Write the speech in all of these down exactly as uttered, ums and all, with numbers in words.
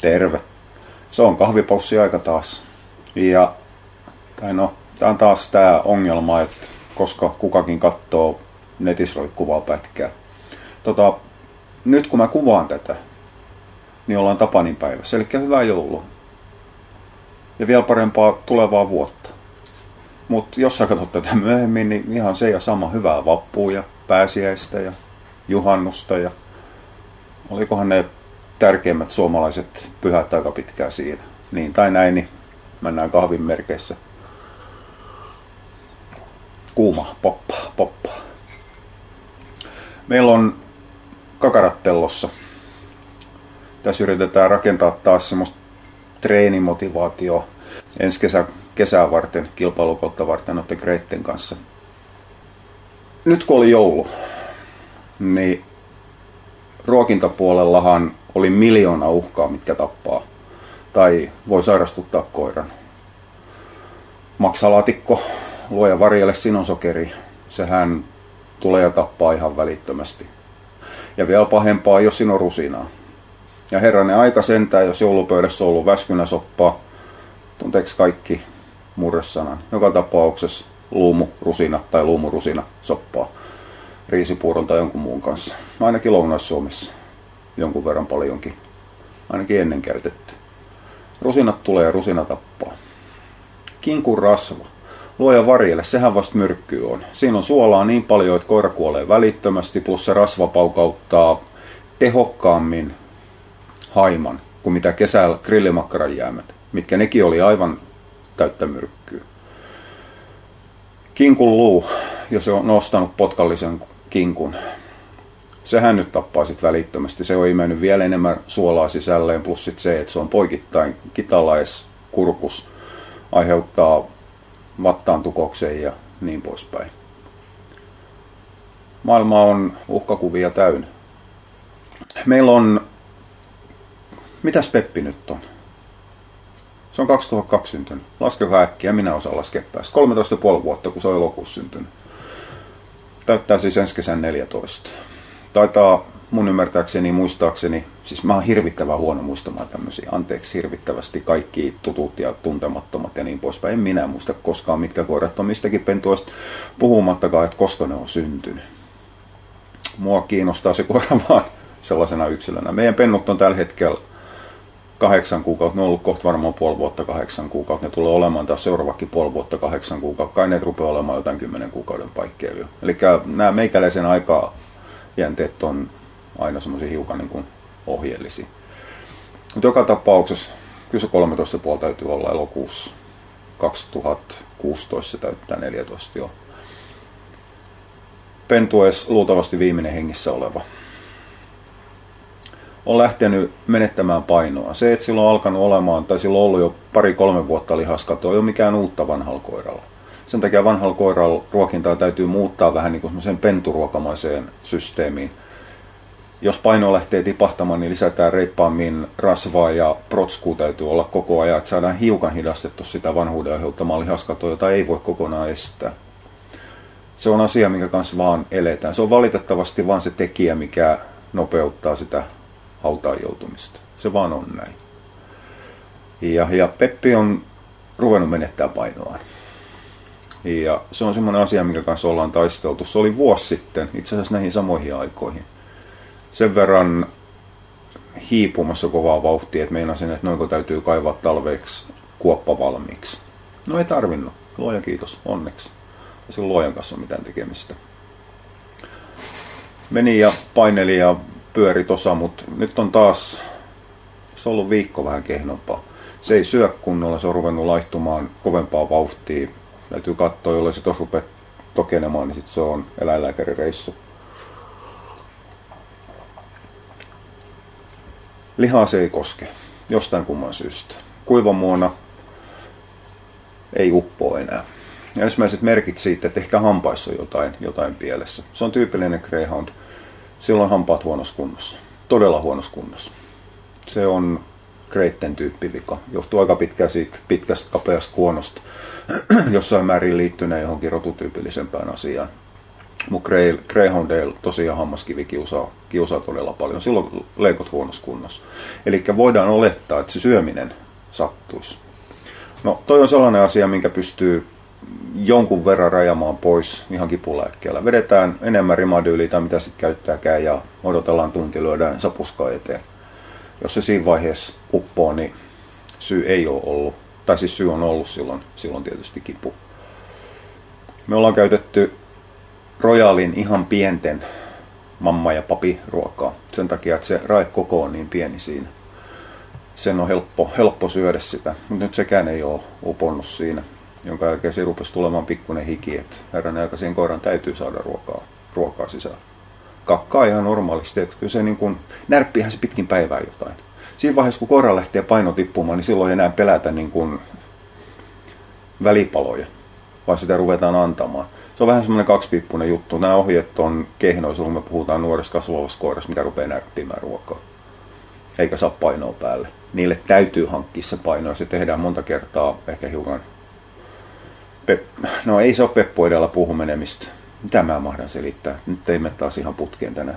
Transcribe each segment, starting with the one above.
Terve. Se on kahvipaussiaika taas. Ja tai no, tää on taas tää ongelma, että koska kukakin katsoo netissä roikkuvaa pätkää. Tota, nyt kun mä kuvaan tätä, niin ollaan Tapanin päivässä. Eli hyvää joulua. Ja vielä parempaa tulevaa vuotta. Mutta jos sä katsot tätä myöhemmin, niin ihan se ja sama hyvää vappua ja pääsiäistä ja juhannusta. Ja olikohan ne tärkeimmät suomalaiset pyhät aika pitkään siinä. Niin tai näin, niin mennään kahvin merkeissä. Kuuma, poppaa, poppaa. Meillä on kakarat pellossa. Tässä yritetään rakentaa taas semmoista treenimotivaatioa ensi kesä, kesää varten, kilpailukautta varten noiden greitten kanssa. Nyt kun oli joulu, niin ruokintapuolellahan oli miljoona uhkaa, mitkä tappaa. Tai voi sairastuttaa koiran. Maksalaatikko, luoja varjelle sinosokeri. Sehän tulee ja tappaa ihan välittömästi. Ja vielä pahempaa, jos siinä on rusinaa. Ja herranen aika sentään, jos joulupöydässä on ollut väskynäsoppaa, tunteeko kaikki murresanan? Joka tapauksessa luumurusina tai luumurusina soppaa. Riisipuuron tai jonkun muun kanssa. Ainakin Lounais-Suomessa jonkun verran paljonkin. Ainakin ennen käytetty. Rusinat tulee ja rusina tappaa. Kinkun rasva. Luoja varjelle, sehän vasta myrkky on. Siinä on suolaa niin paljon, että koira kuolee välittömästi, plus se rasva paukauttaa tehokkaammin haiman kuin mitä kesällä grillimakkaran jäämät, mitkä nekin oli aivan täyttä myrkkyä. Kinkun luu, jos on nostanut potkallisen kinkun, sehän nyt tappaa sit välittömästi. Se on imennyt vielä enemmän suolaa sisälleen, plus sit se, että se on poikittain kitalais, kurkus, aiheuttaa vattaantukoksen ja niin poispäin. Maailma on uhkakuvia täynnä. Meillä on... Mitäs Peppi nyt on? Se on kaksituhattakaksi syntynyt. Laskekaa äkkiä, minä osaan laskea päästä. kolmetoista pilkku viisi vuotta, kun se on elokuussa syntynyt. Täyttää siis ensi kesän neljätoista. Taitaa mun ymmärtääkseni, muistaakseni, siis mä oon hirvittävän huono muistamaan tämmöisiä. Anteeksi hirvittävästi kaikki tutut ja tuntemattomat ja niin poispäin. En minä muista koskaan, mitkä koirat on mistäkin pentuista puhumattakaan, että koska ne on syntynyt. Mua kiinnostaa se koira vaan sellaisena yksilönä. Meidän pennut on tällä hetkellä kahdeksan kuukautta. Ne on ollut kohta varmaan puoli vuotta kahdeksan kuukautta. Ne tulee olemaan taas seuraavakin puoli vuotta kahdeksan kuukautta. Kai ne rupeaa olemaan jotain kymmenen kuukauden paikkeilyä. Eli nämä meikäläisen aikaa jänteet on aina semmoisia hiukan niin kuin ohjeellisia. Mutta joka tapauksessa kyllä se kolmetoista pilkku viisi täytyy olla elokuussa kaksituhattakuusitoista, se täyttää neljätoista jo. Pentu edes luultavasti viimeinen hengissä oleva. On lähtenyt menettämään painoa. Se, että silloin on alkanut olemaan, tai silloin on ollut jo pari-kolme vuotta lihaskato, ei ole mikään uutta vanhalla koiralla. Sen takia vanhalla koiralla ruokintaa täytyy muuttaa vähän niin kuin semmoiseen penturuokamaiseen systeemiin. Jos paino lähtee tipahtamaan, niin lisätään reippaammin rasvaa ja protskua täytyy olla koko ajan, että saadaan hiukan hidastettu sitä vanhuuden aiheuttamaa lihaskatoa, jota ei voi kokonaan estää. Se on asia, minkä kanssa vaan eletään. Se on valitettavasti vaan se tekijä, mikä nopeuttaa sitä hautaan joutumista. Se vaan on näin. Ja, ja Peppi on ruvennut menettää painoaan. Ja se on semmoinen asia, minkä kanssa ollaan taisteltu. Se oli vuosi sitten, itse asiassa näihin samoihin aikoihin. Sen verran hiipumassa kovaa vauhtia, että meinasin, että noinko täytyy kaivaa talveeksi kuoppa valmiiksi. No ei tarvinnut. Luojan kiitos, onneksi. Ei sillä luojan kanssa ole mitään tekemistä. Meni ja paineli ja pyöri tossa, mutta nyt on taas, se on ollut viikko vähän kehnompaa. Se ei syö kunnolla, se on ruvennut laihtumaan kovempaa vauhtia. Täytyy katsoa, jollei se tuossa rupeaa tokenemaan, niin sitten se on eläinlääkärireissu. Lihaa se ei koske, jostain kumman syystä. Kuivamuona ei uppoa enää. Ja ensimmäiset merkit siitä, että ehkä hampaissa on jotain, jotain pielessä. Se on tyypillinen greyhound. Silloin hampaat huonossa kunnossa. Todella huonossa kunnossa. Se on greitten tyyppivika. Johtuu aika pitkään siitä pitkästä kapeasta kuonosta. Jossain määrin liittyneen johonkin rotutyypillisempään asiaan. Mun Greyhoundilla tosiaan hammaskivi kiusaa, kiusaa todella paljon. Silloin leikot huonossa kunnossa. Eli voidaan olettaa, että se syöminen sattuisi. No toi on sellainen asia, minkä pystyy jonkun verran rajamaan pois ihan kipulääkkeellä. Vedetään enemmän rimadyyliä tai mitä sitten käyttääkään ja odotellaan tunti, lyödään sapuskaa eteen. Jos se siinä vaiheessa uppoo, niin syy ei ole ollut. Tai siis syy on ollut silloin, silloin tietysti kipu. Me ollaan käytetty Royalin ihan pienten mamma- ja papiruokaa. Sen takia, että se raekoko on niin pieni siinä. Sen on helppo, helppo syödä sitä, mutta nyt sekään ei ole uponnut siinä. Jonka jälkeen se rupesi tulemaan pikkuinen hiki, että herran aika siihen koiran täytyy saada ruokaa, ruokaa sisään. Kakkaa ihan normaalisti, että kyllä se niin kuin, närppihän se pitkin päivää jotain. Siinä vaiheessa, kun koira lähtee paino tippumaan, niin silloin ei enää pelätä niin kuin välipaloja, vaan sitä ruvetaan antamaan. Se on vähän semmoinen kaksipiippunen juttu. Nämä ohjeet on kehnoissa, kun me puhutaan nuoressa kasvavassa koirassa, mikä rupeaa närppimään ruokaa. Eikä saa painoa päälle. Niille täytyy hankkia se paino, ja se tehdään monta kertaa ehkä hiukan. Pep- no ei se ole peppu edellä puhu menemistä. Mitä mä mahdan selittää? Nyt ei mene taas ihan putkeen tänään.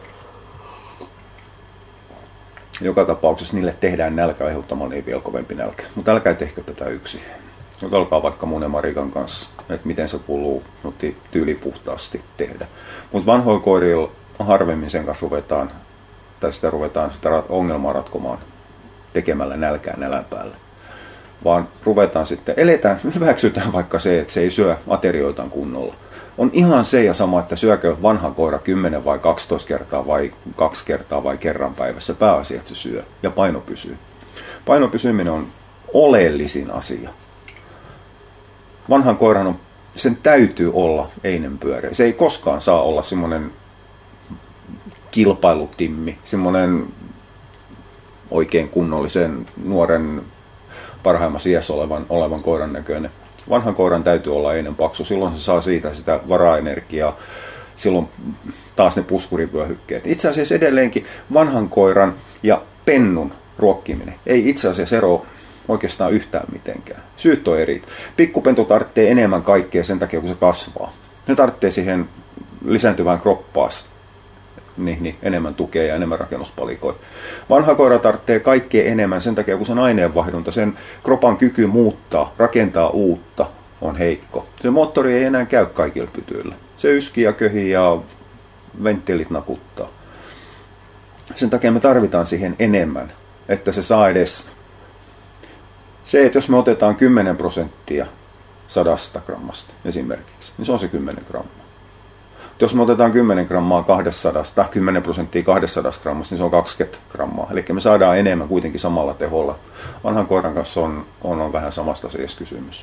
Joka tapauksessa niille tehdään nälkä aiheuttamaan niin vielä kovempi nälkä. Mutta älkää tehkö tätä yksin. Nyt alkaa vaikka mun ja Marikan kanssa, että miten se kuuluu tyylipuhtaasti tehdä. Mutta vanhoilla koirilla harvemmin sen kanssa ruvetaan, tai sitä ruvetaan sitä ongelmaa ratkomaan tekemällä nälkää nälän päälle. Vaan ruvetaan sitten, eletään, hyväksytään vaikka se, että se ei syö aterioitaan kunnolla. On ihan se ja sama, että syökö vanha koira kymmenen vai kaksitoista kertaa vai kaksi kertaa vai kerran päivässä. Pääasia, että se syö ja paino pysyy. Paino pysyminen on oleellisin asia. Vanhan koiran on, sen täytyy olla einenpyöreä. Se ei koskaan saa olla semmoinen kilpailutimmi, semmoinen oikein kunnollisen nuoren parhaimmassa iässä olevan, olevan koiran näköinen. Vanhan koiran täytyy olla einen paksu, silloin se saa siitä sitä varaenergiaa, silloin taas ne puskurivyöhykkeet. Itse asiassa edelleenkin vanhan koiran ja pennun ruokkiminen ei itse asiassa ero oikeastaan yhtään mitenkään. Syyt on eri. Pikkupentu tarvitsee enemmän kaikkea sen takia, kun se kasvaa. Ne tarvitsee siihen lisääntyvään kroppaan niin, niin, enemmän tukea ja enemmän rakennuspalikoja. Vanha koira tarvitsee kaikkea enemmän sen takia, kun sen aineenvaihdunta, sen kropan kyky muuttaa, rakentaa uutta on heikko. Se moottori ei enää käy kaikilla pytyillä. Se yskii ja köhii ja venttiilit nakuttaa. Sen takia me tarvitaan siihen enemmän, että se saa edes. Se, että jos me otetaan kymmenen prosenttia sadasta grammasta esimerkiksi, niin se on se kymmenen grammaa. Jos me otetaan kymmenen grammaa kaksisataa tai kymmenen prosenttia kaksisataa grammasta, niin se on kaksikymmentä grammaa. Eli me saadaan enemmän kuitenkin samalla teholla. Vanhan koiran kanssa on, on, on vähän samasta asiasta kysymys.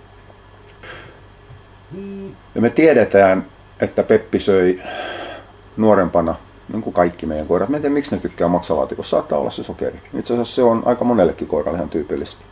Ja me tiedetään, että Peppi söi nuorempana, niin kuin kaikki meidän koirat. Mä en tiedä, miksi ne tykkää maksalaatikossa. Saattaa olla se sokeri. Itse asiassa se on aika monellekin koiralle ihan tyypillistä.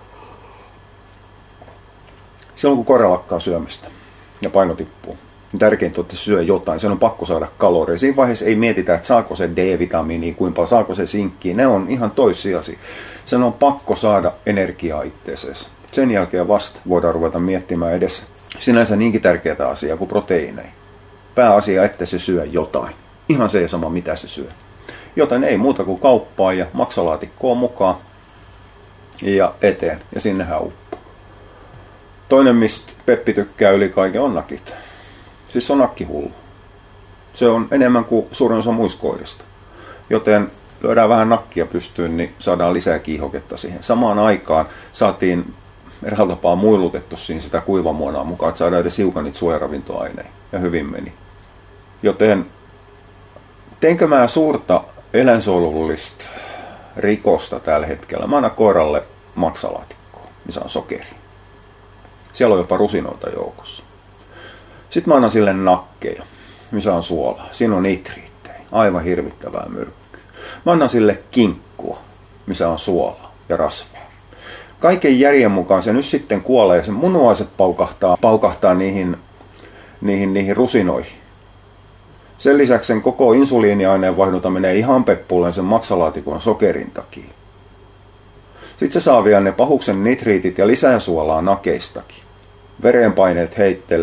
Silloin kun koira lakkaa syömistä ja paino tippuu, niin tärkeintä on, että se syö jotain. Sen on pakko saada kaloreja. Siinä vaiheessa ei mietitä, että saako se D-vitamiinia, kuinka paljon, saako se sinkkiä. Ne on ihan toissijaisia. Sen on pakko saada energiaa itseensä. Sen jälkeen vasta voidaan ruveta miettimään edes sinänsä niinkin tärkeää asiaa kuin proteiineja. Pääasia, että se syö jotain. Ihan se ja sama, mitä se syö. Joten ei muuta kuin kauppaa ja maksalaatikkoon mukaan ja eteen. Ja sinnehän uppuu. Toinen, mistä Peppi tykkää yli kaiken, on nakit. Siis se on nakkihullu. Se on enemmän kuin suurin osa muista koirista. Joten lyödään vähän nakkia pystyyn, niin saadaan lisää kiihoketta siihen. Samaan aikaan saatiin eräällä tapaa muilutettu siinä sitä kuivamuonaa mukaan, että saadaan edes hiukan niitä suojaravintoaineita. Ja hyvin meni. Joten teinkö mä suurta eläinsuojelullista rikosta tällä hetkellä? Mä annan koiralle maksalaatikkoa, missä on sokeri. Siellä on jopa rusinoita joukossa. Sitten mä annan sille nakkeja, missä on suolaa. Siinä on nitriittejä, aivan hirvittävää myrkkyä. Mä annan sille kinkkua, missä on suolaa ja rasvaa. Kaiken järjen mukaan se nyt sitten kuolee ja sen munuaiset paukahtaa, paukahtaa niihin, niihin, niihin rusinoihin. Sen lisäksi sen koko insuliiniaineenvaihdunta menee ihan peppulleen sen maksalaatikon sokerin takia. Sitten se saa vielä ne pahuksen nitriitit ja lisää suolaa nakeistakin. Verenpaineet heittelee,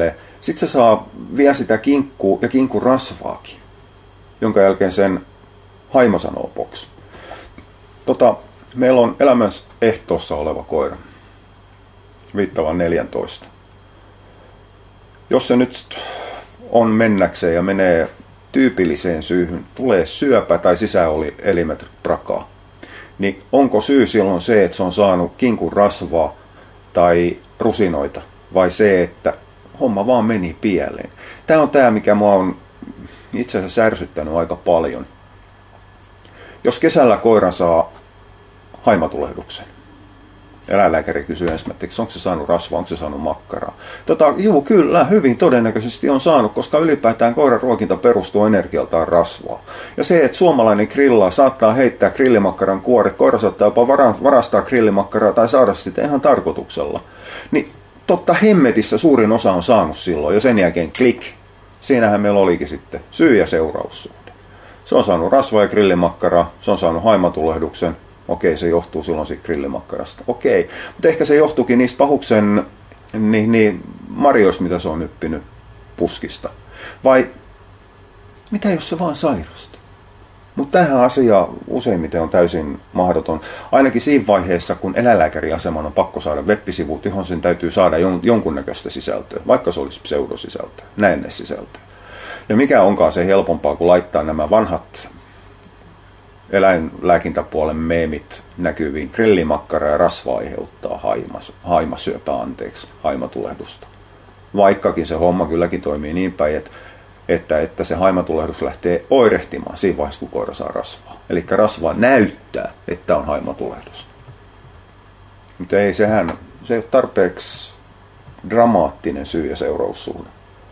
Sitten se saa vielä sitä kinkkuu ja kinkun rasvaakin, jonka jälkeen sen haima sanoo box. Tota, meillä on elämänsä ehtoossa oleva koira, viittavan neljätoista. Jos se nyt on mennäkseen ja menee tyypilliseen syyhyn, tulee syöpä tai sisäelimet prakaa, niin onko syy silloin se, että se on saanut kinkun rasvaa tai rusinoita, vai se, että homma vaan meni pieleen? Tämä on tämä, mikä mua on itse asiassa ärsyttänyt aika paljon. Jos kesällä koira saa haimatulehduksen, eläinlääkäri kysyy ensimmäiseksi, onko se saanut rasvaa, onko se saanut makkaraa. Tota, juu, kyllä, hyvin todennäköisesti on saanut, koska ylipäätään koiran ruokinta perustuu energialtaan rasvaa. Ja se, että suomalainen grillaa saattaa heittää grillimakkaran kuoret, koira saattaa jopa varastaa grillimakkaraa tai saada sitä ihan tarkoituksella, niin totta hemmetissä suurin osa on saanut silloin, ja sen jälkeen klik. Siinähän meillä olikin sitten syy- ja seuraussuhde. Se on saanut rasvaa ja grillimakkaraa, se on saanut haimatulehduksen. Okei, se johtuu silloin siitä grillimakkarasta. Okei, mutta ehkä se johtuukin niistä pahuksen niin, niin, marjoista, mitä se on nyppinyt puskista. Vai mitä jos se vaan sairastuu? Mutta tähän asia useimmiten on täysin mahdoton. Ainakin siinä vaiheessa, kun eläinlääkäriaseman on pakko saada web-sivut, johon sen täytyy saada jonkunnäköistä sisältöä, vaikka se olisi pseudosisältöä, näennessisältöä. Ja mikä onkaan se helpompaa, kuin laittaa nämä vanhat eläinlääkintäpuolen meemit näkyviin. Grillimakkara ja rasva aiheuttaa haimas, haimasyöpää, anteeksi, haimatulehdusta. Vaikkakin se homma kylläkin toimii niin päin, että, että, että se haimatulehdus lähtee oirehtimaan siinä vaiheessa, kun koira saa rasvaa. Eli rasva näyttää, että on haimatulehdus. Mutta ei, sehän, se ei ole tarpeeksi dramaattinen syy- ja seuraussuhde.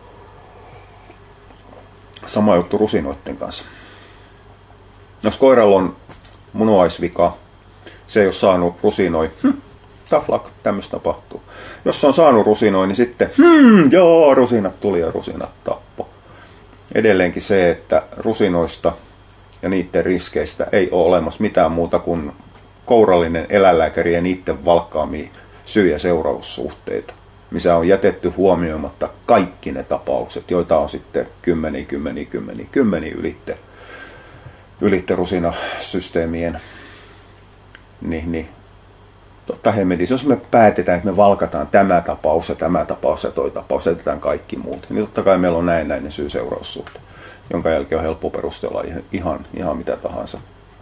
Sama juttu rusinoiden kanssa. Jos koiralla on munuaisvika, se ei ole saanut rusinoi, hm, tough luck, tämmöistä tapahtuu. Jos se on saanut rusinoi, niin sitten, hmm, joo, rusinat tuli ja rusinat tappo. Edelleenkin se, että rusinoista ja niiden riskeistä ei ole olemassa mitään muuta kuin kourallinen eläinlääkäri ja niiden valkkaamia syy- ja seuraussuhteita, missä on jätetty huomioimatta kaikki ne tapaukset, joita on sitten kymmeniä, kymmeniä, kymmeniä, kymmeniä ylitte. ylitte rusinasysteemien, niin, niin totta hemmetissä, jos me päätetään, että me valkataan tämä tapaus ja tämä tapaus ja toi tapaus, jätetään kaikki muut, niin totta kai meillä on näennäinen syy-seuraussuhde, jonka jälkeen on helppo perustella ihan, ihan mitä tahansa.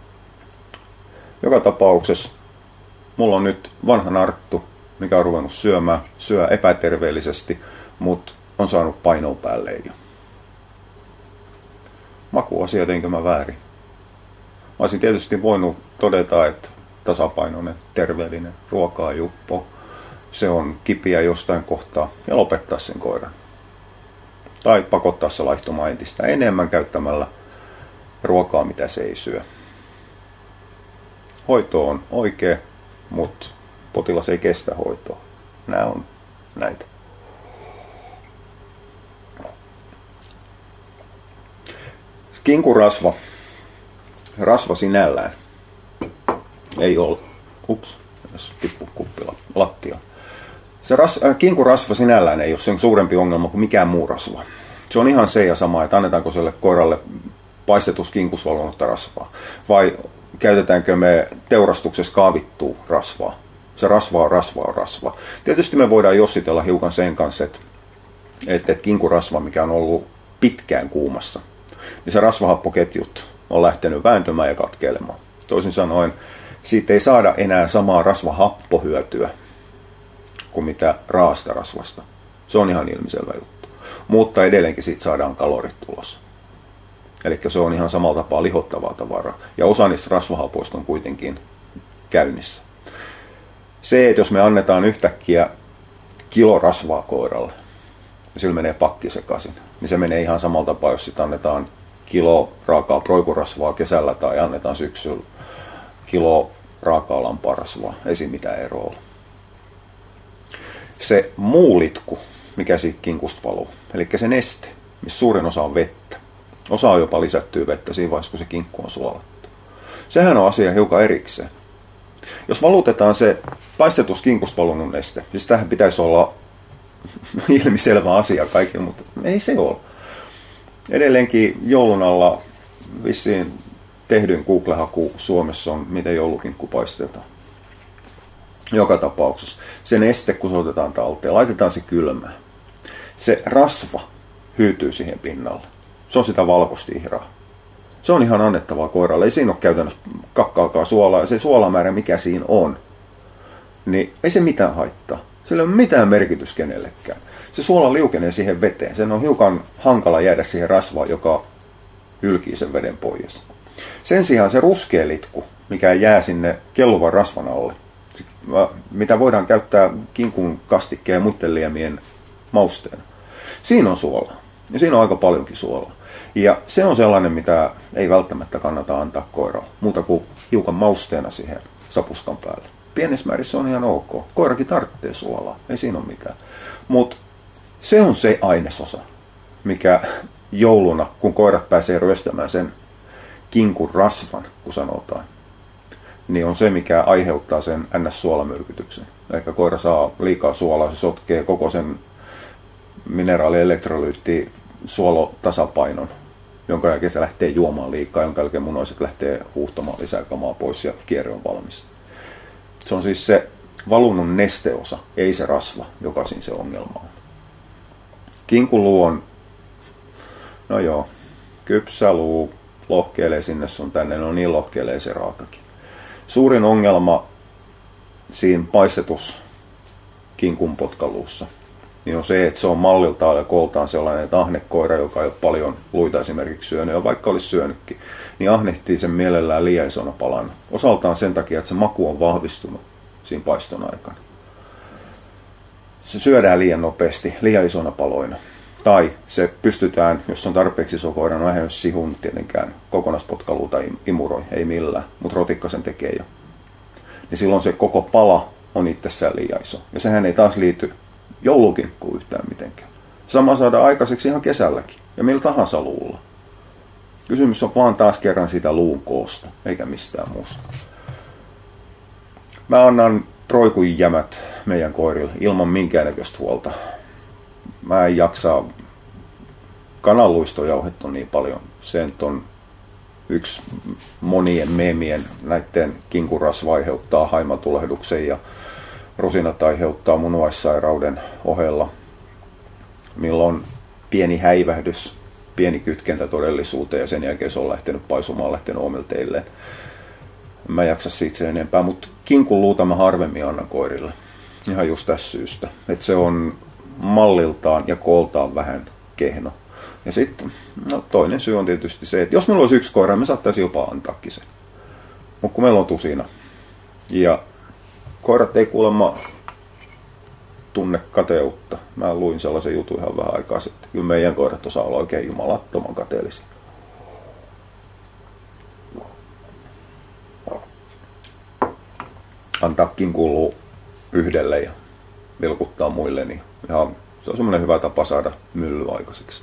Joka tapauksessa mulla on nyt vanha narttu, mikä on ruvennut syömään, syö epäterveellisesti, mutta on saanut painoa päälle jo. Makuasia, teinkö mä väärin? Mä olisin tietysti voinut todeta, että tasapainoinen, terveellinen ruokaa juppo, se on kipiä jostain kohtaa ja lopettaa sen koiran. Tai pakottaa se laihtumaan entistä enemmän käyttämällä ruokaa, mitä se ei syö. Hoito on oikea, mutta potilas ei kestä hoitoa. Nämä on näitä. Kinkurasva. Rasva sinällään ei ole, ups, jos tippuu kuppila lattiaan. Se ras, äh, kinkurasva sinällään ei ole sen suurempi ongelma kuin mikään muu rasva. Se on ihan se ja sama, että annetaanko sille koiralle paistetus kinkusvalvonnutta rasvaa. Vai käytetäänkö me teurastuksessa kaavittua rasvaa. Se rasva on rasva on rasva. Tietysti me voidaan jossitella hiukan sen kanssa, että, että kinkurasva, mikä on ollut pitkään kuumassa, niin se rasvahappoketjut on lähtenyt vääntymään ja katkeilemaan. Toisin sanoen, siitä ei saada enää samaa rasvahappohyötyä kuin mitä raasta rasvasta. Se on ihan ilmiselvä juttu. Mutta edelleenkin siitä saadaan kalorit tulossa. Eli se on ihan samalla tapaa lihottavaa tavaraa. Ja osa niistä rasvahapoista on kuitenkin käynnissä. Se, että jos me annetaan yhtäkkiä kilo rasvaa koiralle, ja sillä menee pakki sekaisin, niin se menee ihan samalla tapaa, jos sitä annetaan kilo raakaa proikurasvaa kesällä tai annetaan syksyllä kilo raakaa lampaarasvaa. Ei siinä mitään eroa ole. Se muu litku, mikä siitä kinkusta valuu, eli se neste, missä suurin osa on vettä. Osa on jopa lisättyä vettä siinä vaiheessa, kun se kinkku on suolattu. Sehän on asia hiukan erikseen. Jos valutetaan se paistetus kinkusta valunut neste, siis tähän pitäisi olla ilmiselvä asia kaikille, mutta ei se ole. Edelleenkin joulun alla vissiin tehdyin Google-haku Suomessa on, miten joulukinkku paistetaan. Joka tapauksessa. Sen este, kun se otetaan talteen, laitetaan se kylmään. Se rasva hyytyy siihen pinnalle. Se on sitä valkoista ihraa. Se on ihan annettavaa koiralle. Ei siinä ole käytännössä kakkaakaan suolaa. Ja se suolamäärä, mikä siinä on, niin ei se mitään haittaa. Sillä ei ole mitään merkitys kenellekään. Se suola liukenee siihen veteen. Sen on hiukan hankala jäädä siihen rasvaan, joka hylkii sen veden pois. Sen sijaan se ruskea litku, mikä jää sinne kelluvan rasvan alle, mitä voidaan käyttää kinkun kastikkeen ja muiden liemien mausteena. Siinä on suolaa. Ja siinä on aika paljonkin suolaa. Ja se on sellainen, mitä ei välttämättä kannata antaa koiralle, muuta kuin hiukan mausteena siihen sapuskan päälle. Pienessä määrissä on ihan ok. Koirakin tarvitsee suolaa, ei siinä ole mitään. Mutta se on se ainesosa, mikä jouluna, kun koirat pääsee ryöstämään sen kinkun rasvan, kun sanotaan, niin on se, mikä aiheuttaa sen N S-suolamyrkytyksen. Eli koira saa liikaa suolaa, se sotkee koko sen mineraali-elektrolyytti suolotasapainon, jonka jälkeen se lähtee juomaan liikaa, jonka jälkeen munoiset lähtee huuhtomaan lisää kamaa pois ja kierre on valmis. Se on siis se valunnon nesteosa, ei se rasva, joka siinä se ongelma on. Kinkuluu on, no joo, kypsä luu, lohkeilee sinne sun tänne, no niin lohkeilee se raakakin. Suurin ongelma siinä paistetus kinkun potkaluussa niin on se, että se on malliltaan ja kooltaan sellainen, että ahnekoira, joka ei ole paljon luita esimerkiksi syönyt, ja vaikka olisi syönytkin, niin ahnehtii sen mielellään liian isona palana. Osaltaan sen takia, että se maku on vahvistunut siinä paiston aikana. Se syödään liian nopeasti, liian isona paloina. Tai se pystytään, jos on tarpeeksi iso koira, no eihän jos sihun tietenkään kokonaispotkaluuta imuroi, ei millään, mutta rotikka sen tekee jo. Niin silloin se koko pala on itsessään liian iso. Ja sehän ei taas liity joulukinkkuun yhtään mitenkään. Sama saadaan aikaiseksi ihan kesälläkin ja millä tahansa luulla. Kysymys on vaan taas kerran siitä luun koosta, eikä mistään muusta. Mä annan roikun jämät meidän koirille ilman minkäännäköistä huolta. Mä en jaksa kananluistojauhetta niin paljon. Se nyt on yksi monien meemien näiden kinkurasva aiheuttaa haimatulehduksen ja rusinat aiheuttaa munuaissairauden ohella, milloin pieni häivähdys, pieni kytkentä todellisuuteen ja sen jälkeen se on lähtenyt paisumaan, lähtenyt omille teilleen. Mä en jaksa siitä sen enempää, mutta kinkun luuta mä harvemmin annan koirille. Ihan just tässä syystä, että se on malliltaan ja kooltaan vähän kehno. Ja sitten no, toinen syy on tietysti se, että jos meillä olisi yksi koira, me saattaisi jopa antaakin sen. Mutta kun meillä on tusina ja koirat ei kuulemma tunne kateutta. Mä luin sellaisen jutun ihan vähän aikaa sitten. Kyllä meidän koirat osaa olla oikein jumalattoman kateellisia. Antaakin kuuluu yhdelle ja vilkuttaa muille, niin ihan, se on semmoinen hyvä tapa saada mylly aikaiseksi.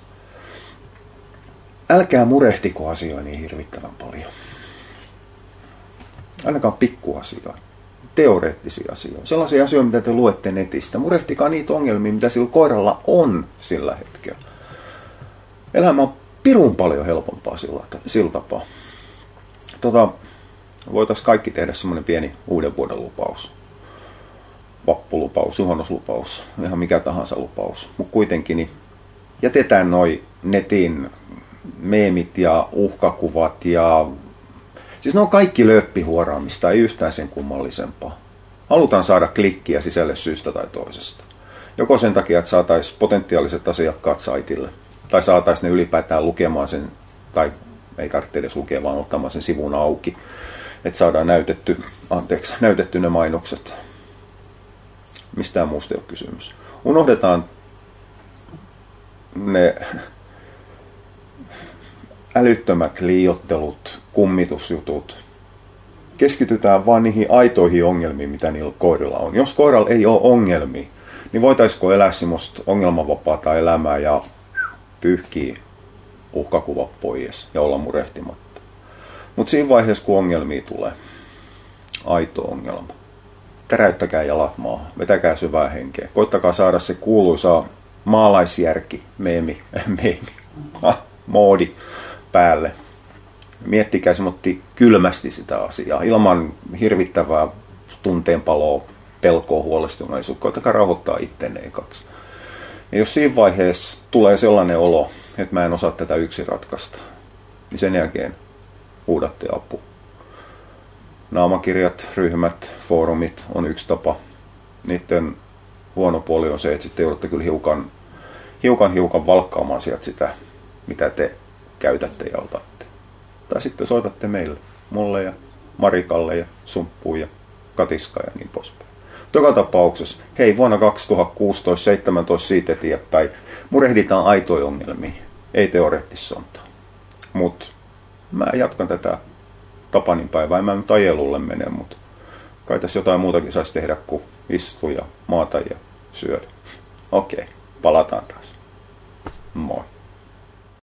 Älkää murehtiko asioita niin hirvittävän paljon. Ainakaan pikkuasioita. Teoreettisia asioita. Sellaisia asioita, mitä te luette netistä. Murehtikaa niitä ongelmia, mitä sillä koiralla on sillä hetkellä. Elämä on pirun paljon helpompaa sillä, sillä tapaa. Tota, voitaisiin kaikki tehdä semmoinen pieni uuden vuoden lupaus. Vappulupaus, juhannuslupaus, ihan mikä tahansa lupaus. Mutta kuitenkin niin jätetään noi netin meemit ja uhkakuvat ja siis ne on kaikki lööppihuoraamista, ei yhtään sen kummallisempaa. Halutaan saada klikkiä sisälle syystä tai toisesta. Joko sen takia, että saataisiin potentiaaliset asiakkaat saitille, tai saataisiin ne ylipäätään lukemaan sen, tai ei tarvitse edes lukea, vaan ottamaan sen sivun auki, että saadaan näytetty, anteeksi, näytetty ne mainokset. Mistään muusta ei ole kysymys. Unohdetaan ne älyttömät liioittelut, kummitusjutut. Keskitytään vaan niihin aitoihin ongelmiin, mitä niillä koirilla on. Jos koiralla ei ole ongelmia, niin voitaisiko elää semmoista ongelmanvapaata elämää ja pyyhkiä uhkakuvat pois ja olla murehtimatta. Mutta siinä vaiheessa, kun ongelmia tulee, aito ongelma, Täräyttäkää jalat maahan, vetäkää syvää henkeä. Koittakaa saada se kuuluisa maalaisjärki, meemi, meemi, ah, moodi päälle. Miettikää semmoitti kylmästi sitä asiaa, ilman hirvittävää tunteenpaloa, pelkoa, huolestuneisuutta. Koittakaa rauhoittaa ittenne ekaksi. Ja jos siinä vaiheessa tulee sellainen olo, että mä en osaa tätä yksin ratkaista, niin sen jälkeen huudatte apua. Naamakirjat, ryhmät, foorumit on yksi tapa. Niiden huono puoli on se, että sitten joudutte kyllä hiukan, hiukan, hiukan valkkaamaan sieltä sitä, mitä te käytätte ja otatte. Tai sitten soitatte meille, mulle ja Marikalle ja Sumppuun ja Katiskaan ja niin poispäin. Joka tapauksessa, hei, vuonna kaksituhattakuusitoista seitsemäntoista siitä eteenpäin murehditaan aitoja ongelmia, ei teoreettisontaa. Mutta mä jatkan tätä Tapanin päivää, en mä nyt ajelulle mene, mutta kai tässä jotain muutakin saisi tehdä kuin istua ja maata ja syödä. Okei, palataan taas. Moi.